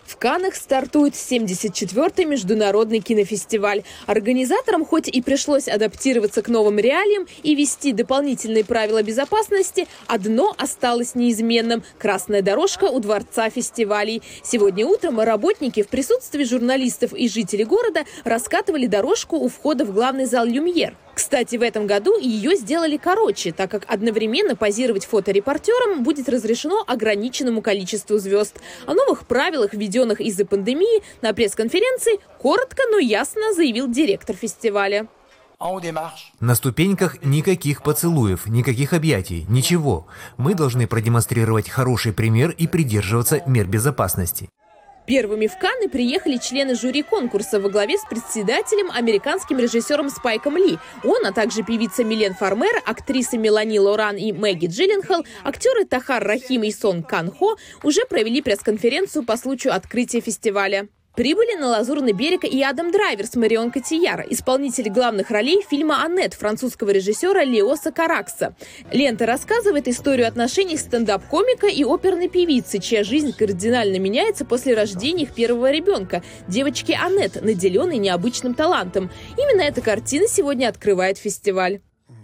В Каннах стартует 74-й международный кинофестиваль. Организаторам хоть и пришлось адаптироваться к новым реалиям и ввести дополнительные правила безопасности, одно осталось неизменным – красная дорожка у дворца фестивалей. Сегодня утром работники в присутствии журналистов и жителей города раскатывали дорожку у входа в главный зал «Люмьер». Кстати, в этом году ее сделали короче, так как одновременно позировать фоторепортерам будет разрешено ограниченному количеству звезд. О новых правилах, введенных из-за пандемии, на пресс-конференции коротко, но ясно заявил директор фестиваля. На ступеньках никаких поцелуев, никаких объятий, ничего. Мы должны продемонстрировать хороший пример и придерживаться мер безопасности. Первыми в Канны приехали члены жюри конкурса во главе с председателем, американским режиссером Спайком Ли. Он, а также певица Милен Фармер, актрисы Мелани Лоран и Мэгги Джилленхол, актеры Тахар Рахим и Сон Кан Хо уже провели пресс-конференцию по случаю открытия фестиваля. Прибыли на Лазурный берег и Адам Драйвер с Марион Котийяр, исполнитель главных ролей фильма «Аннет» французского режиссера Леоса Каракса. Лента рассказывает историю отношений стендап-комика и оперной певицы, чья жизнь кардинально меняется после рождения их первого ребенка, девочки Аннет, наделенной необычным талантом. Именно эта картина сегодня открывает фестиваль.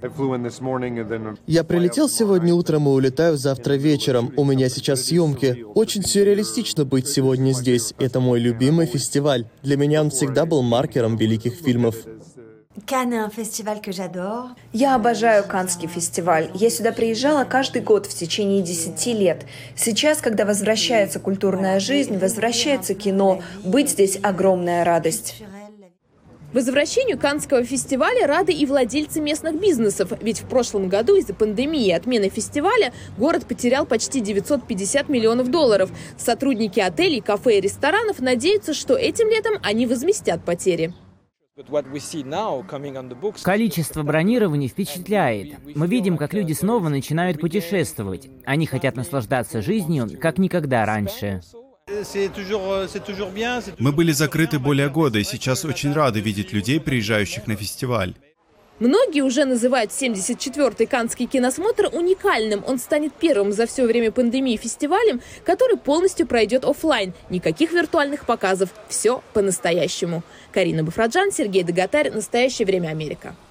Я прилетел сегодня утром и улетаю завтра вечером. У меня сейчас съемки. Очень сюрреалистично быть сегодня здесь. Это мой любимый фестиваль. Для меня он всегда был маркером великих фильмов. Я обожаю Каннский фестиваль. Я сюда приезжала каждый год в течение 10 лет. Сейчас, когда возвращается культурная жизнь, возвращается кино, быть здесь огромная радость. Возвращению Каннского фестиваля рады и владельцы местных бизнесов. Ведь в прошлом году из-за пандемии и отмены фестиваля город потерял почти 950 миллионов долларов. Сотрудники отелей, кафе и ресторанов надеются, что этим летом они возместят потери. Количество бронирований впечатляет. Мы видим, как люди снова начинают путешествовать. Они хотят наслаждаться жизнью, как никогда раньше. Мы были закрыты более года, и сейчас очень рады видеть людей, приезжающих на фестиваль. Многие уже называют 74-й Каннский киносмотр уникальным. Он станет первым за все время пандемии фестивалем, который полностью пройдет офлайн. Никаких виртуальных показов. Все по-настоящему. Карина Бафраджан, Сергей Дагатарь. Настоящее время Америка.